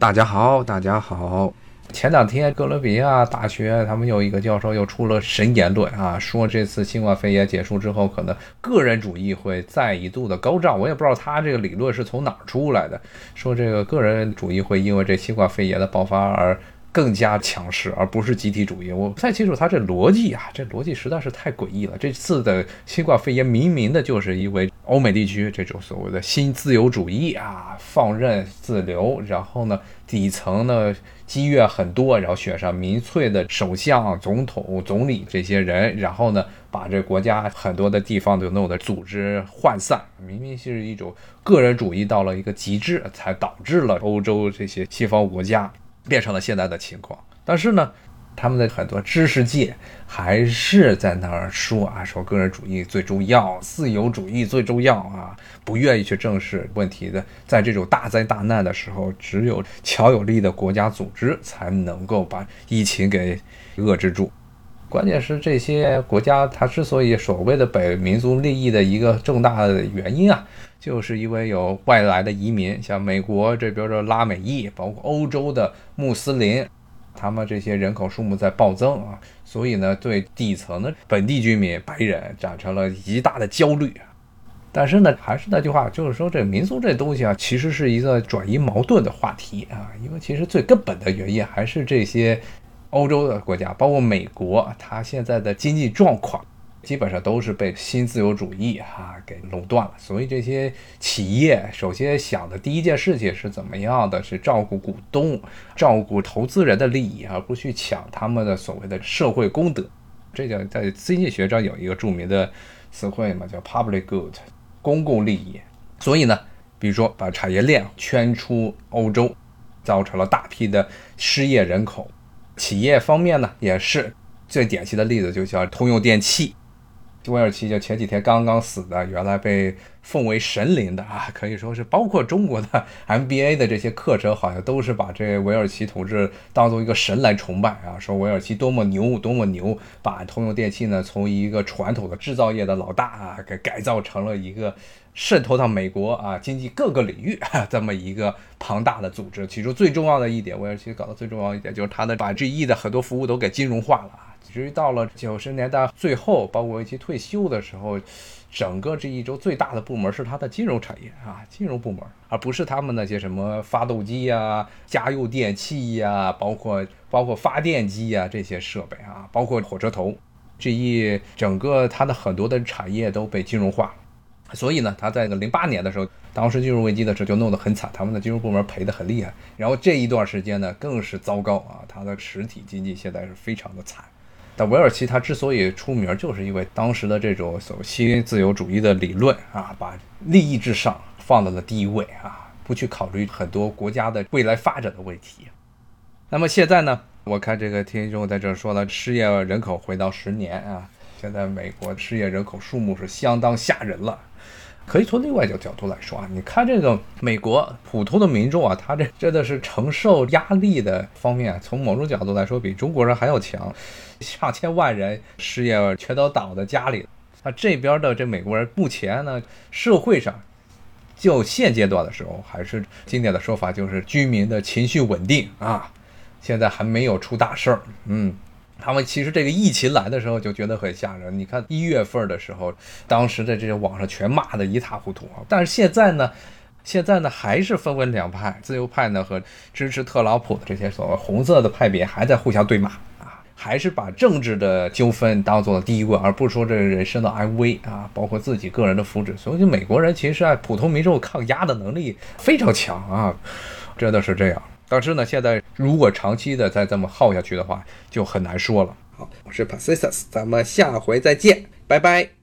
大家好，大家好。前两天哥伦比亚大学他们有一个教授又出了神言论啊，说这次新冠肺炎结束之后，可能个人主义会再一度的高涨。我也不知道他这个理论是从哪儿出来的，说这个个人主义会因为这新冠肺炎的爆发而更加强势，而不是集体主义。我不太清楚他这逻辑啊，这逻辑实在是太诡异了。这次的新冠肺炎明明的就是因为欧美地区这种所谓的新自由主义啊，放任自流，然后呢底层呢积怨很多，然后选上民粹的首相、总统、总理这些人，然后呢把这国家很多的地方都弄得组织涣散，明明是一种个人主义到了一个极致，才导致了欧洲这些西方国家变成了现在的情况。但是呢他们的很多知识界还是在那儿说个人主义最重要，自由主义最重要啊，不愿意去正视问题的。在这种大灾大难的时候，只有强有力的国家组织才能够把疫情给遏制住。关键是这些国家它之所以所谓的北民族利益的一个重大的原因啊，就是因为有外来的移民，像美国这边的拉美裔，包括欧洲的穆斯林，他们这些人口数目在暴增啊，所以呢对底层的本地居民白人产生了极大的焦虑。但是呢还是那句话，就是说这民族这东西啊，其实是一个转移矛盾的话题啊，因为其实最根本的原因还是这些欧洲的国家，包括美国，它现在的经济状况基本上都是被新自由主义给垄断了。所以这些企业首先想的第一件事情是怎么样的，是照顾股东，照顾投资人的利益，而不去抢他们的所谓的社会公德。这叫在经济学上有一个著名的词汇嘛，叫 public good， 公共利益。所以呢比如说把产业链圈出欧洲，造成了大批的失业人口。企业方面呢也是，最典型的例子就叫通用电气。威尔奇就前几天刚刚死的，原来被奉为神灵的可以说是包括中国的 MBA 的这些课程好像都是把这威尔奇同志当做一个神来崇拜说威尔奇多么牛多么牛，把通用电气呢从一个传统的制造业的老大给改造成了一个渗透到美国经济各个领域这么一个庞大的组织。其中最重要的一点，威尔奇搞的最重要一点就是他把 GE 的很多服务都给金融化了。至于到了90年代最后，包括一起退休的时候，整个这一周最大的部门是它的金融产业金融部门，而不是他们那些什么发动机家用电器包括发电机这些设备包括火车头。GE 整个它的很多的产业都被金融化，所以呢它在08年的时候，当时金融危机的时候就弄得很惨，他们的金融部门赔得很厉害。然后这一段时间呢更是糟糕它的实体经济现在是非常的惨。但韦尔奇他之所以出名，就是因为当时的这种所谓新自由主义的理论把利益至上放到了第一位不去考虑很多国家的未来发展的问题。那么现在呢，我看这个听众在这说了，失业人口回到10年现在美国失业人口数目是相当吓人了。可以从另外一个角度来说你看这个美国普通的民众他这真的是承受压力的方面从某种角度来说比中国人还要强。上千万人失业全都倒在家里，那这边的这美国人目前呢，社会上就现阶段的时候，还是经典的说法就是居民的情绪稳定现在还没有出大事儿。他们其实这个疫情来的时候就觉得很吓人，你看1月份的时候，当时的这些网上全骂得一塌糊涂但是现在呢还是分为两派，自由派呢和支持特朗普的这些所谓红色的派别还在互相对骂还是把政治的纠纷当做了第一位，而不是说这个人生的安危包括自己个人的福祉。所以美国人其实普通民众抗压的能力非常强真的是这样。但是呢现在如果长期的再这么耗下去的话就很难说了。好，我是 Pacisus， 咱们下回再见，拜拜。